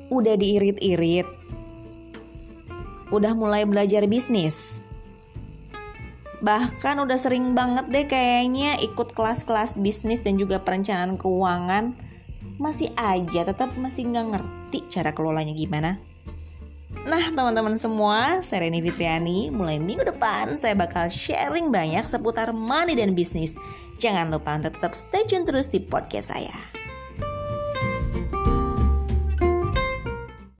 Udah diirit-irit? Udah mulai belajar bisnis? Bahkan udah sering banget deh kayaknya ikut kelas-kelas bisnis dan juga perencanaan keuangan. Masih aja tetap masih gak ngerti cara kelolanya gimana. Nah teman-teman semua, saya Reni Fitriani. Mulai minggu depan saya bakal sharing banyak seputar money dan bisnis. Jangan lupa untuk tetap stay tune terus di podcast saya.